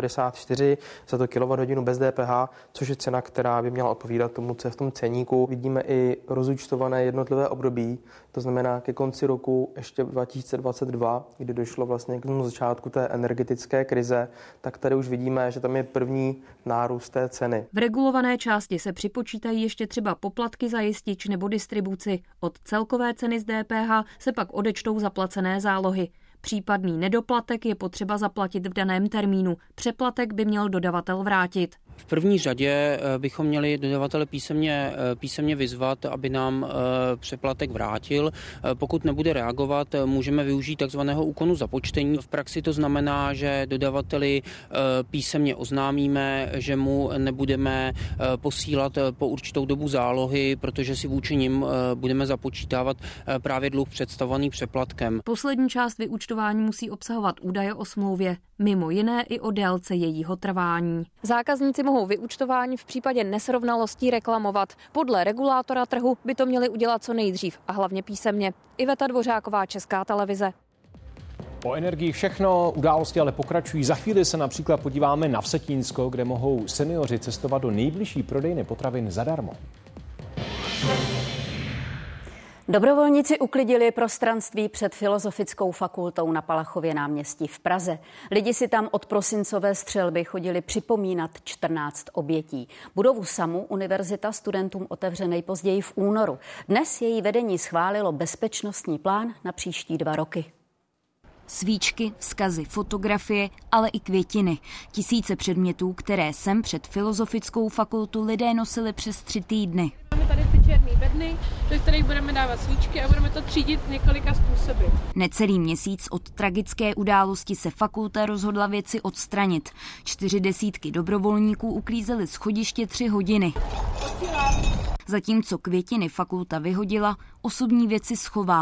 3,94 za to kWh bez DPH, což je cena, která by měla odpovídat tomu, co je v tom ceníku. Vidíme i rozúčtované jednotlivé období, to znamená ke konci roku ještě 2022, kdy došlo vlastně k tomu začátku té energetické krize, tak tady už vidíme, že tam je první nárůst té ceny. V regulované části se připočítají ještě třeba poplatky za jistič nebo distribuci. Od celkové ceny z DPH se pak odečtou zaplacené zálohy. Případný nedoplatek je potřeba zaplatit v daném termínu. Přeplatek by měl dodavatel vrátit. V první řadě bychom měli dodavatele písemně vyzvat, aby nám přeplatek vrátil. Pokud nebude reagovat, můžeme využít takzvaného úkonu započtení. V praxi to znamená, že dodavateli písemně oznámíme, že mu nebudeme posílat po určitou dobu zálohy, protože si vůči nim budeme započítávat právě dluh představovaný přeplatkem. Poslední část vyúčtování musí obsahovat údaje o smlouvě, mimo jiné i o délce jejího trvání. Zákazníci mohou vyúčtování v případě nesrovnalostí reklamovat. Podle regulátora trhu by to měli udělat co nejdřív a hlavně písemně. Iveta Dvořáková, Česká televize. O energii všechno, události ale pokračují. Za chvíli se například podíváme na Vsetínsko, kde mohou seniori cestovat do nejbližší prodejny potravin zadarmo. Dobrovolníci uklidili prostranství před Filozofickou fakultou na Palachově náměstí v Praze. Lidi si tam od prosincové střelby chodili připomínat 14 obětí. Budovu SAMu univerzita studentům otevře nejpozději v únoru. Dnes její vedení schválilo bezpečnostní plán na příští 2 roky. Svíčky, vzkazy, fotografie, ale i květiny. Tisíce předmětů, které sem před Filozofickou fakultu lidé nosili přes 3 týdny. Máme tady ty černé bedny, do kterých budeme dávat svíčky a budeme to třídit několika způsoby. Necelý měsíc od tragické události se fakulta rozhodla věci odstranit. 40 dobrovolníků uklízeli schodiště 3 hodiny. Zatímco květiny fakulta vyhodila, osobní věci schová.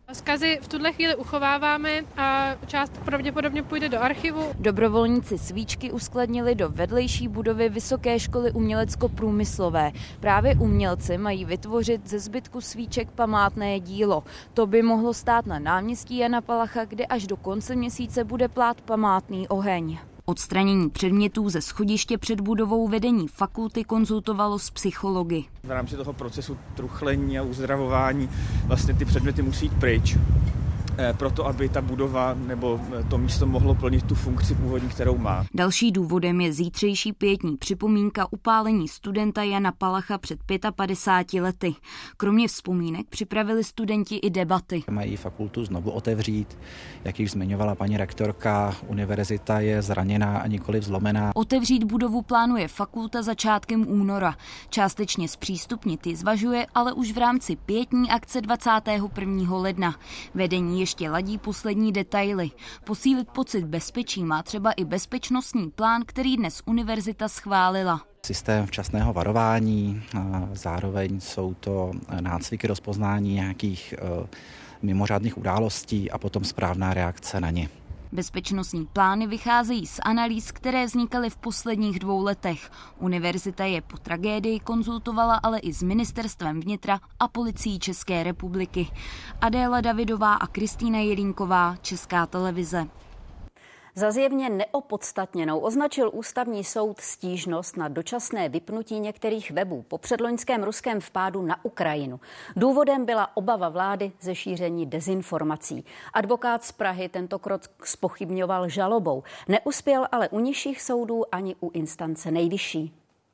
Vzkazy v tuhle chvíli uchováváme a část pravděpodobně půjde do archivu. Dobrovolníci svíčky uskladnili do vedlejší budovy Vysoké školy umělecko-průmyslové. Právě umělci mají vytvořit ze zbytku svíček památné dílo. To by mohlo stát na náměstí Jana Palacha, kde až do konce měsíce bude plát památný oheň. Odstranění předmětů ze schodiště před budovou vedení fakulty konzultovalo s psychology. V rámci toho procesu truchlení a uzdravování vlastně ty předměty musí jít pryč, proto aby ta budova nebo to místo mohlo plnit tu funkci původní, kterou má. Další důvodem je zítřejší pietní připomínka upálení studenta Jana Palacha před 55 lety. Kromě vzpomínek připravili studenti i debaty. Mají fakultu znovu otevřít, jak již zmiňovala paní rektorka, univerzita je zraněná a nikoli zlomená. Otevřít budovu plánuje fakulta začátkem února. Částečně zpřístupnit ji zvažuje, ale už v rámci pietní akce 21. ledna. Vedení ještě ladí poslední detaily. Posílit pocit bezpečí má třeba i bezpečnostní plán, který dnes univerzita schválila. Systém včasného varování, zároveň jsou to nácviky rozpoznání nějakých mimořádných událostí a potom správná reakce na ně. Bezpečnostní plány vycházejí z analýz, které vznikaly v posledních 2 letech. Univerzita je po tragédii konzultovala ale i s Ministerstvem vnitra a Policií České republiky. Adéla Davidová a Kristýna Jelínková, Česká televize. Za zjevně neopodstatněnou označil ústavní soud stížnost na dočasné vypnutí některých webů po předloňském ruském vpádu na Ukrajinu. Důvodem byla obava vlády ze šíření dezinformací. Advokát z Prahy tento krok zpochybňoval žalobou. Neuspěl ale u nižších soudů ani u instance nejvyšší.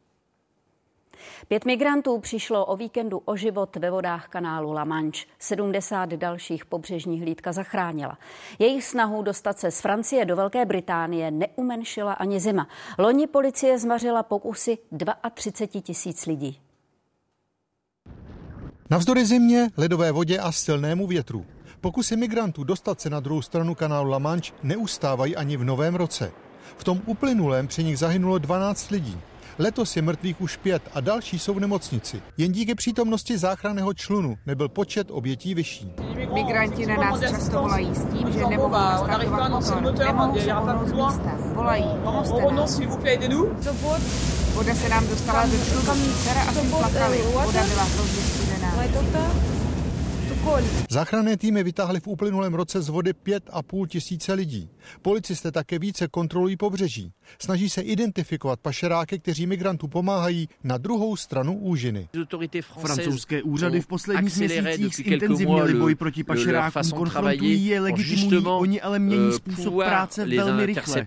5 migrantů přišlo o víkendu o život ve vodách kanálu La Manche. 70 dalších pobřežní hlídka zachránila. Jejich snahu dostat se z Francie do Velké Británie neumenšila ani zima. Loni policie zmařila pokusy 32 000 lidí. Navzdory zimě, ledové vodě a silnému větru. Pokusy migrantů dostat se na druhou stranu kanálu La Manche neustávají ani v novém roce. V tom uplynulém při nich zahynulo 12 lidí. Letos je mrtvých už 5 a další jsou v nemocnici. Jen díky přítomnosti záchranného člunu nebyl počet obětí vyšší. Migranti na nás často volají s tím, že nemohou nastartovat motor, nemohou se pohnout z místa. Volají, pomozte nám. Voda se nám dostala do člunu, dcera a syn plakali. Voda byla hrozně studená. Záchranné týmy vytáhly v uplynulém roce z vody 5,5 tisíce lidí. Policisté také více kontrolují pobřeží. Snaží se identifikovat pašeráky, kteří migrantů pomáhají na druhou stranu úžiny. Francouzské úřady v posledních měsících intenzivněli boj proti pašerákům, konfrontují je, legitimují, oni ale mění způsob práce velmi rychle.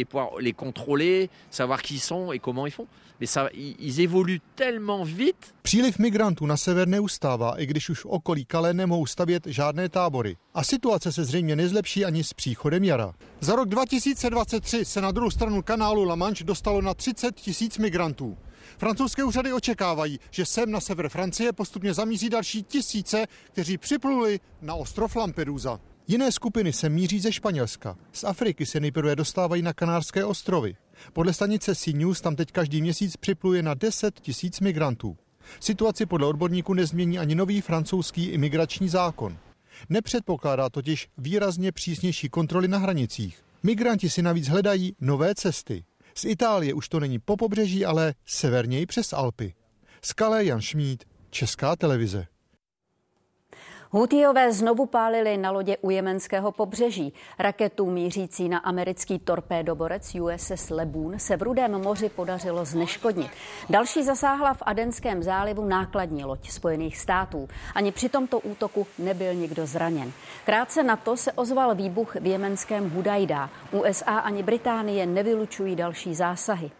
Příliv migrantů na sever neustává, i když už v okolí Calais nemohou stavět žádné tábory. A situace se zřejmě nezlepší ani s příchodem jara. Za rok 2023 se na druhou stranu kanálu La Manche dostalo na 30 000 migrantů. Francouzské úřady očekávají, že sem na sever Francie postupně zamíří další tisíce, kteří připluli na ostrov Lampedusa. Jiné skupiny se míří ze Španělska. Z Afriky se nejprve dostávají na Kanárské ostrovy. Podle stanice CNews tam teď každý měsíc připluje na 10 000 migrantů. Situaci podle odborníků nezmění ani nový francouzský imigrační zákon. Nepředpokládá totiž výrazně přísnější kontroly na hranicích. Migranti si navíc hledají nové cesty. Z Itálie už to není po pobřeží, ale severněji přes Alpy. Z Calais Jan Šmíd, Česká televize. Houthijové znovu pálili na lodě u jemenského pobřeží. Raketu mířící na americký torpédoborec USS Laboon se v Rudém moři podařilo zneškodnit. Další zasáhla v Adenském zálivu nákladní loď Spojených států. Ani při tomto útoku nebyl nikdo zraněn. Krátce na to se ozval výbuch v jemenském Hudaida. USA ani Británie nevylučují další zásahy.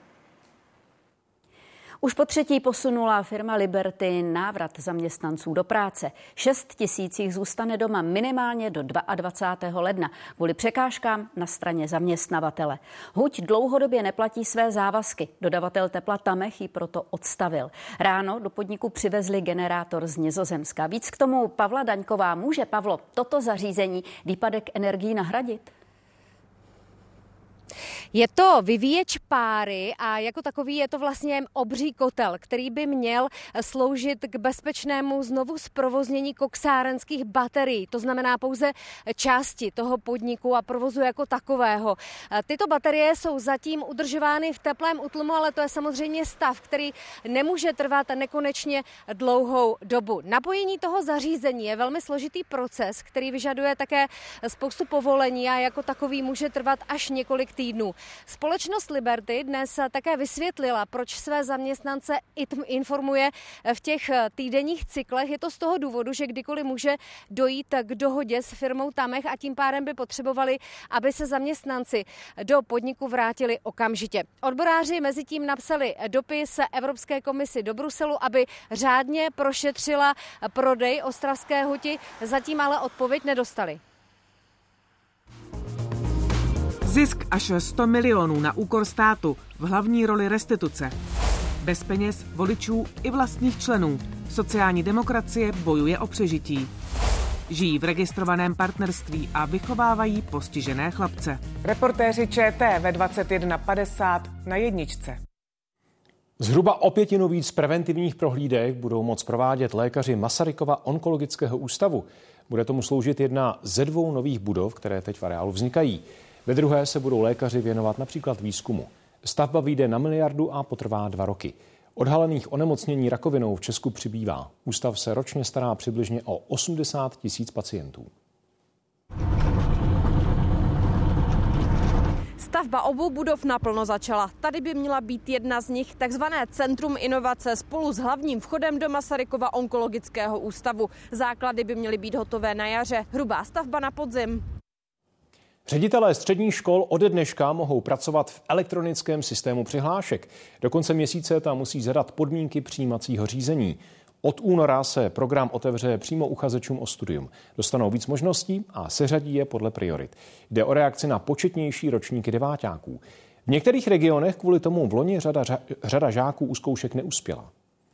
Už po třetí posunula firma Liberty návrat zaměstnanců do práce. 6 000 jich zůstane doma minimálně do 22. ledna kvůli překážkám na straně zaměstnavatele. Huť dlouhodobě neplatí své závazky. Dodavatel tepla Tamech ji proto odstavil. Ráno do podniku přivezli generátor z Nizozemska. Víc k tomu Pavla Daňková. Může, Pavlo, toto zařízení výpadek energií nahradit? Je to vyvíječ páry a jako takový je to vlastně obří kotel, který by měl sloužit k bezpečnému znovu zprovoznění koksárenských baterií. To znamená pouze části toho podniku a provozu jako takového. Tyto baterie jsou zatím udržovány v teplém útlumu, ale to je samozřejmě stav, který nemůže trvat nekonečně dlouhou dobu. Napojení toho zařízení je velmi složitý proces, který vyžaduje také spoustu povolení a jako takový může trvat až několik týdnů. Společnost Liberty dnes také vysvětlila, proč své zaměstnance informuje v těch týdenních cyklech. Je to z toho důvodu, že kdykoliv může dojít k dohodě s firmou Tamech a tím pádem by potřebovali, aby se zaměstnanci do podniku vrátili okamžitě. Odboráři mezi tím napsali dopis Evropské komisi do Bruselu, aby řádně prošetřila prodej ostravské huti. Zatím ale odpověď nedostali. Zisk až 100 milionů na úkor státu, v hlavní roli restituce. Bez peněz, voličů i vlastních členů. Sociální demokracie bojuje o přežití. Žijí v registrovaném partnerství a vychovávají postižené chlapce. Reportéři ČT ve 21:50 na jedničce. Zhruba o 1/5 víc preventivních prohlídek budou moct provádět lékaři Masarykova onkologického ústavu. Bude tomu sloužit jedna ze 2 nových budov, které teď v areálu vznikají. Ve druhé se budou lékaři věnovat například výzkumu. Stavba vyjde na miliardu a potrvá 2 roky. Odhalených onemocnění rakovinou v Česku přibývá. Ústav se ročně stará přibližně o 80 000 pacientů. Stavba obou budov naplno začala. Tady by měla být jedna z nich, takzvané Centrum inovace, spolu s hlavním vchodem do Masarykova onkologického ústavu. Základy by měly být hotové na jaře, hrubá stavba na podzim. Ředitelé středních škol ode dneška mohou pracovat v elektronickém systému přihlášek. Do konce měsíce tam musí zadat podmínky přijímacího řízení. Od února se program otevře přímo uchazečům o studium. Dostanou víc možností a seřadí je podle priorit. Jde o reakci na početnější ročníky deváťáků. V některých regionech kvůli tomu v loni řada žáků u zkoušek neuspěla.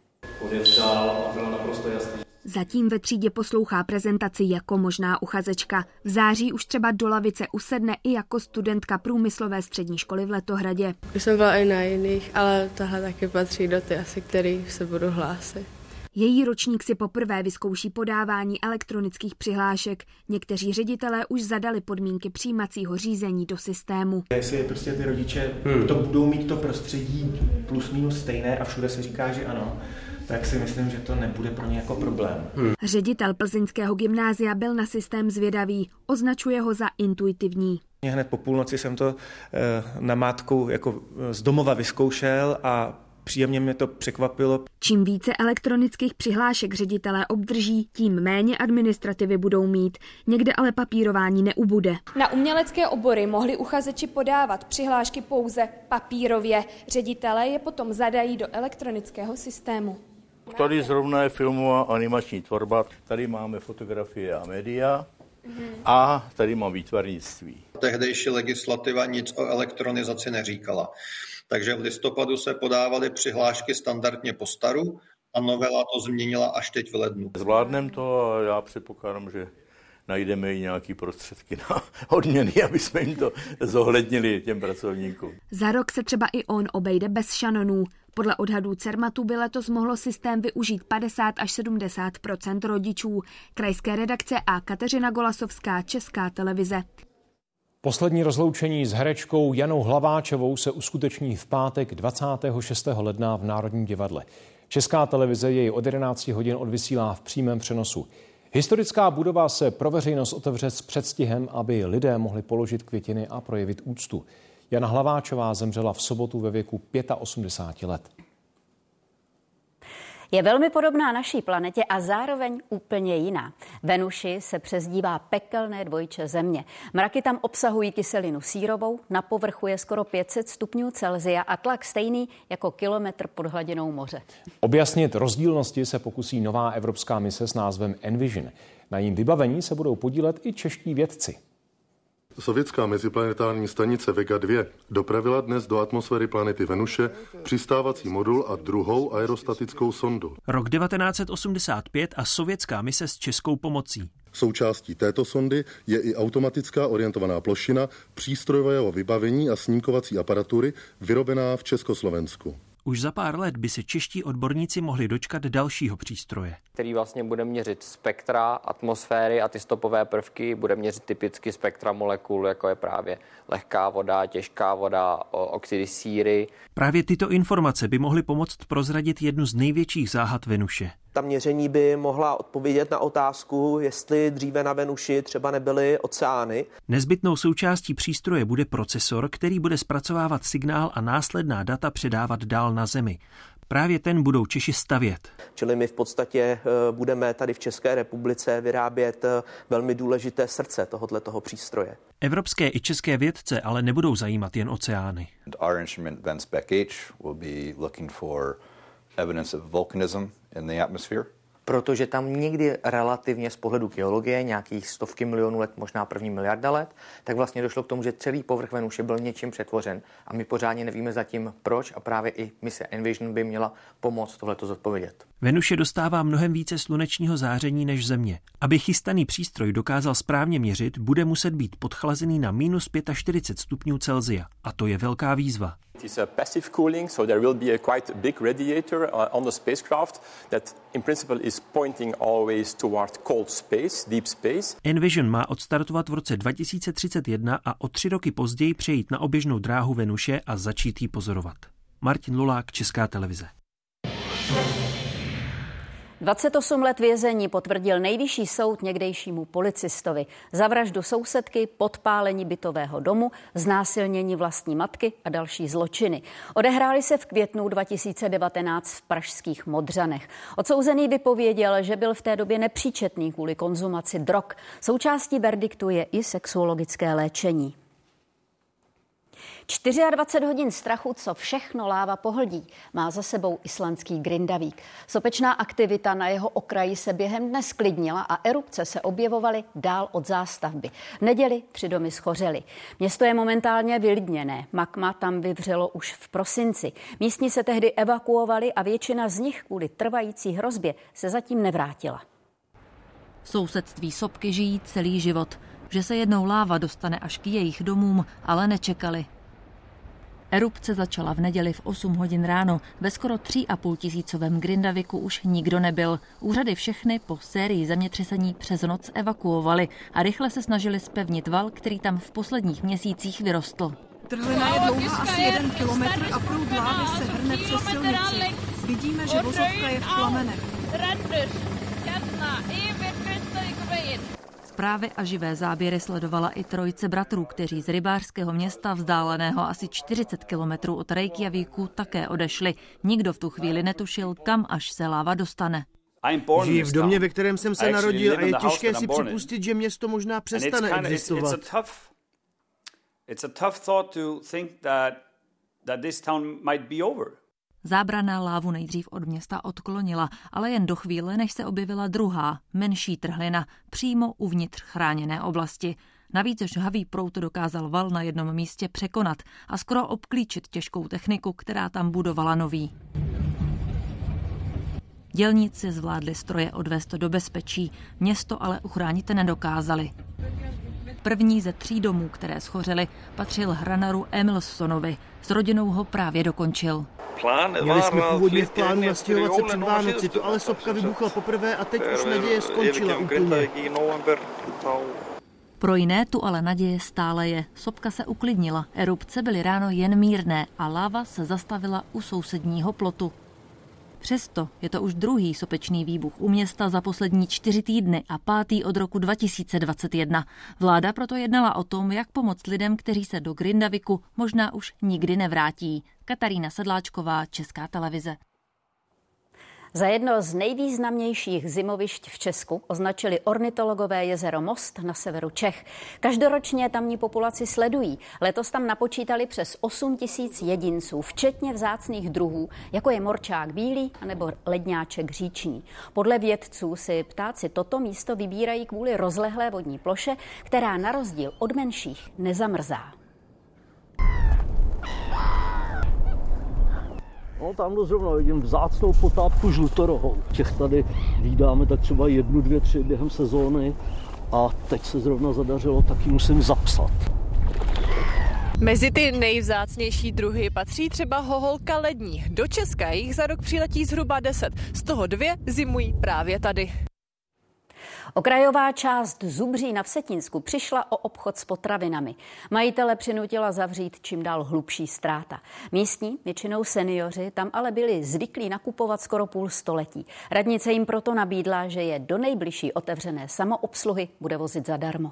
Zatím ve třídě poslouchá prezentaci jako možná uchazečka. V září už třeba do lavice usedne i jako studentka průmyslové střední školy v Letohradě. Už jsem byla i na jiných, ale tahle taky patří do ty asi, který se budu hlásit. Její ročník si poprvé vyzkouší podávání elektronických přihlášek. Někteří ředitelé už zadali podmínky přijímacího řízení do systému. Jestli prostě ty rodiče to budou mít to prostředí plus minus stejné a všude se říká, že ano, tak si myslím, že to nebude pro ně jako problém. Ředitel plzeňského gymnázia byl na systém zvědavý, označuje ho za intuitivní. Hned po půlnoci jsem to namátkou jako z domova vyzkoušel a příjemně mě to překvapilo. Čím více elektronických přihlášek ředitelé obdrží, tím méně administrativy budou mít. Někde ale papírování neubude. Na umělecké obory mohli uchazeči podávat přihlášky pouze papírově. Ředitelé je potom zadají do elektronického systému. Tady zrovna je filmová animační tvorba, tady máme fotografie a média a tady mám výtvarnictví. Tehdejší legislativa nic o elektronizaci neříkala. Takže v listopadu se podávaly přihlášky standardně po staru a novela to změnila až teď v lednu. Zvládneme to a já předpokládám, že najdeme i nějaké prostředky na odměny, aby jsme jim to zohlednili těm pracovníkům. Za rok se třeba i on obejde bez šanonů. Podle odhadů Cermatu by letos mohlo systém využít 50 až 70% rodičů. Krajské redakce a Kateřina Golasovská, Česká televize. Poslední rozloučení s herečkou Janou Hlaváčevou se uskuteční v pátek 26. ledna v Národním divadle. Česká televize jej od 11 hodin odvysílá v přímém přenosu. Historická budova se pro veřejnost otevře s předstihem, aby lidé mohli položit květiny a projevit úctu. Jana Hlaváčová zemřela v sobotu ve věku 85 let. Je velmi podobná naší planetě a zároveň úplně jiná. Venuši se přezdívá pekelné dvojče Země. Mraky tam obsahují kyselinu sírovou, na povrchu je skoro 500 stupňů Celsia a tlak stejný jako kilometr pod hladinou moře. Objasnit rozdílnosti se pokusí nová evropská mise s názvem Envision. Na jejím vybavení se budou podílet i čeští vědci. Sovětská meziplanetární stanice Vega 2 dopravila dnes do atmosféry planety Venuše přistávací modul a druhou aerostatickou sondu. Rok 1985 a sovětská mise s českou pomocí. Součástí této sondy je i automatická orientovaná plošina přístrojového vybavení a snímkovací aparatury vyrobená v Československu. Už za pár let by se čeští odborníci mohli dočkat dalšího přístroje, který vlastně bude měřit spektra atmosféry a ty stopové prvky, bude měřit typicky spektra molekul, jako je právě lehká voda, těžká voda, oxidy síry. Právě tyto informace by mohly pomoct prozradit jednu z největších záhad Venuše. Ta měření by mohla odpovědět na otázku, jestli dříve na Venuši třeba nebyly oceány. Nezbytnou součástí přístroje bude procesor, který bude zpracovávat signál a následná data předávat dál na Zemi. Právě ten budou Češi stavět. Čili my v podstatě budeme tady v České republice vyrábět velmi důležité srdce tohoto přístroje. Evropské i české vědce ale nebudou zajímat jen oceány. Our instrument VENS-BEC-H will be looking for evidence of volcanism in the atmosphere. Protože tam někdy relativně z pohledu geologie, nějakých stovky milionů let, možná první miliarda let, tak vlastně došlo k tomu, že celý povrch Venuše byl něčím přetvořen a my pořádně nevíme zatím proč a právě i mise Envision by měla pomoct tohleto zodpovědět. Venuše dostává mnohem více slunečního záření než Země. Aby chystaný přístroj dokázal správně měřit, bude muset být podchlazený na minus 45 stupňů Celsia. A to je velká výzva. It is a passive cooling, so there will be a quite big radiator on the spacecraft that in principle is pointing always toward cold space, deep space. Envision má odstartovat v roce 2031 a o 3 roky později přejít na oběžnou dráhu Venuše a začít ji pozorovat. Martin Lulák, Česká televize. 28 let vězení potvrdil nejvyšší soud někdejšímu policistovi za vraždu sousedky, podpálení bytového domu, znásilnění vlastní matky a další zločiny. Odehrály se v květnu 2019 v pražských Modřanech. Odsouzený vypověděl, že byl v té době nepříčetný kvůli konzumaci drog. Součástí verdiktu je i sexuologické léčení. 24 hodin strachu, co všechno láva pohltí, má za sebou islandský Grindavík. Sopečná aktivita na jeho okraji se během dne sklidnila a erupce se objevovaly dál od zástavby. V neděli 3 domy schořely. Město je momentálně vylidněné. Magma tam vyvřelo už v prosinci. Místní se tehdy evakuovali a většina z nich kvůli trvající hrozbě se zatím nevrátila. V sousedství sopky žijí celý život. Že se jednou láva dostane až k jejich domům, ale nečekali. Erupce začala v neděli v 8 hodin ráno. Ve skoro 3,5 tisícovém Grindaviku už nikdo nebyl. Úřady všechny po sérii zemětřesení přes noc evakuovali a rychle se snažili zpevnit val, který tam v posledních měsících vyrostl. Trhlina je dlouhá asi 1 kilometr a proud lávy se hrne přes silnici. Vidíme, že vozovka je v plamenech. Zprávy a živé záběry sledovala i trojice bratrů, kteří z rybářského města vzdáleného asi 40 kilometrů od Reykjavíku také odešli. Nikdo v tu chvíli netušil, kam až se láva dostane. Žiji v domě, ve kterém jsem se narodil a je těžké si připustit, že město možná přestane existovat. Zábrana lávu nejdřív od města odklonila, ale jen do chvíle, než se objevila druhá, menší trhlina, přímo uvnitř chráněné oblasti. Navíc žhavý proud dokázal val na jednom místě překonat a skoro obklíčit těžkou techniku, která tam budovala nový. Dělníci zvládli stroje odvést do bezpečí, město ale uchránit nedokázali. První ze 3 domů, které schořely, patřil hranaru Emilsonovi. S rodinou ho právě dokončil. Měli jsme původně v plánu nastěhovat se před Vánoci, to ale sopka vybuchla poprvé a teď už naděje skončila úplně. Pro jiné tu ale naděje stále je. Sopka se uklidnila, erupce byly ráno jen mírné a láva se zastavila u sousedního plotu. Přesto je to už druhý sopečný výbuch u města za poslední 4 týdny a 5. od roku 2021. Vláda proto jednala o tom, jak pomoct lidem, kteří se do Grindaviku možná už nikdy nevrátí. Katarína Sedláčková, Česká televize. Za jedno z nejvýznamnějších zimovišť v Česku označili ornitologové jezero Most na severu Čech. Každoročně tamní populaci sledují. Letos tam napočítali přes 8 000 jedinců, včetně vzácných druhů, jako je morčák bílý anebo ledňáček říční. Podle vědců si ptáci toto místo vybírají kvůli rozlehlé vodní ploše, která na rozdíl od menších nezamrzá. No, tamhle zrovna vidím vzácnou potápku žlutorohou. Těch tady vídáme tak třeba 1, 2, 3 během sezóny a teď se zrovna zadařilo, tak ji musím zapsat. Mezi ty nejvzácnější druhy patří třeba hoholka lední. Do Česka jich za rok přiletí zhruba 10, z toho 2 zimují právě tady. Okrajová část Zubří na Vsetínsku přišla o obchod s potravinami. Majitele přinutila zavřít čím dál hlubší ztráta. Místní, většinou seniori, tam ale byli zvyklí nakupovat skoro půl století. Radnice jim proto nabídla, že je do nejbližší otevřené samoobsluhy bude vozit zadarmo.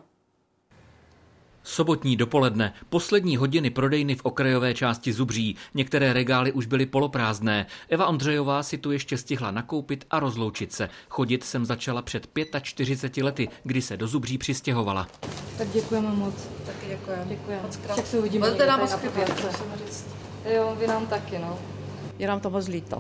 Sobotní dopoledne, poslední hodiny prodejny v okrajové části Zubří. Některé regály už byly poloprázdné. Eva Ondřejová si tu ještě stihla nakoupit a rozloučit se. Chodit jsem začala před 45 lety, kdy se do Zubří přistěhovala. Tak děkujeme moc. Taky děkujeme. Děkujeme. Tak se uvidíme. Budete nám moc chybět. Jo, vy nám taky, no. Je nám to moc líto.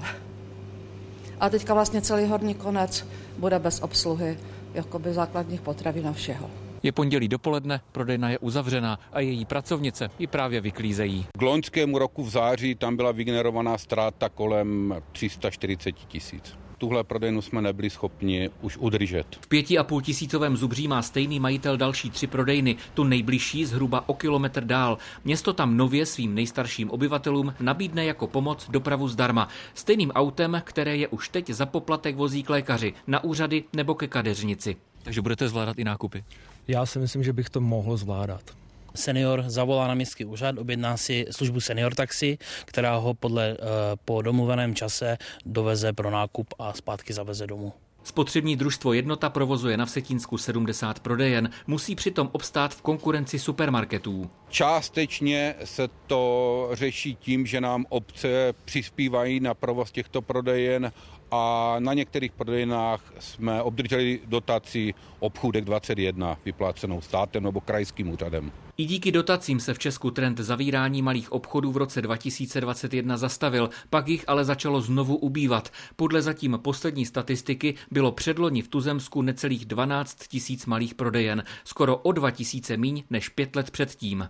A teďka vlastně celý horní konec bude bez obsluhy, jakoby základních potravin a všeho. Je pondělí dopoledne, prodejna je uzavřená a její pracovnice ji právě vyklízejí. K loňskému roku v září tam byla vygenerovaná ztráta kolem 340 000. Tuhle prodejnu jsme nebyli schopni už udržet. V 5,5 tisícovém Zubří má stejný majitel další 3 prodejny, tu nejbližší zhruba o kilometr dál. Město tam nově svým nejstarším obyvatelům nabídne jako pomoc dopravu zdarma. Stejným autem, které je už teď za poplatek vozí k lékaři, na úřady nebo ke kadeřnici. Takže budete zvládat i nákupy? Já si myslím, že bych to mohl zvládat. Senior zavolá na městský úřad, objedná si službu senior taxi, která ho po domluveném čase doveze pro nákup a zpátky zaveze domů. Spotřební družstvo Jednota provozuje na Vsetínsku 70 prodejen, musí přitom obstát v konkurenci supermarketů. Částečně se to řeší tím, že nám obce přispívají na provoz těchto prodejen a na některých prodejnách jsme obdrželi dotaci Obchůdek 21 vyplácenou státem nebo krajským úřadem. I díky dotacím se v Česku trend zavírání malých obchodů v roce 2021 zastavil, pak jich ale začalo znovu ubývat. Podle zatím poslední statistiky bylo předloni v tuzemsku necelých 12 000 malých prodejen, skoro o 2 000 míň než 5 let předtím.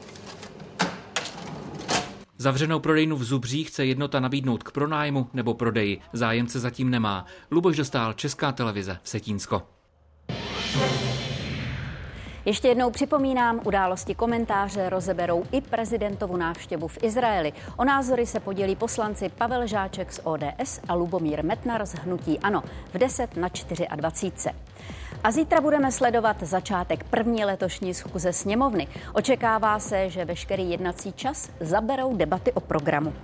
Zavřenou prodejnu v Zubří chce Jednota nabídnout k pronájmu nebo prodeji. Zájemce zatím nemá. Luboš Dostál, Česká televize, Vsetínsko. Ještě jednou připomínám, události komentáře rozeberou i prezidentovu návštěvu v Izraeli. O názory se podělí poslanci Pavel Žáček z ODS a Lubomír Metnar z Hnutí ANO v 10 na 24. A zítra budeme sledovat začátek první letošní schůze sněmovny. Očekává se, že veškerý jednací čas zaberou debaty o programu.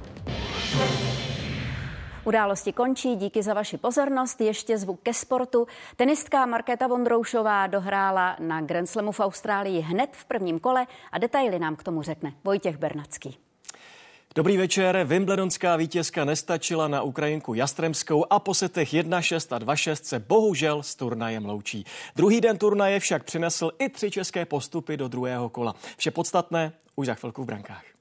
Události končí, díky za vaši pozornost. Ještě zvuk ke sportu. Tenistka Markéta Vondroušová dohrála na Grand Slamu v Austrálii hned v prvním kole a detaily nám k tomu řekne Vojtěch Bernacký. Dobrý večer. Wimbledonská vítězka nestačila na Ukrajinku Jastremskou a po setech 1-6 a 2-6 se bohužel s turnajem loučí. Druhý den turnaje však přinesl i 3 české postupy do druhého kola. Vše podstatné už za chvilku v brankách.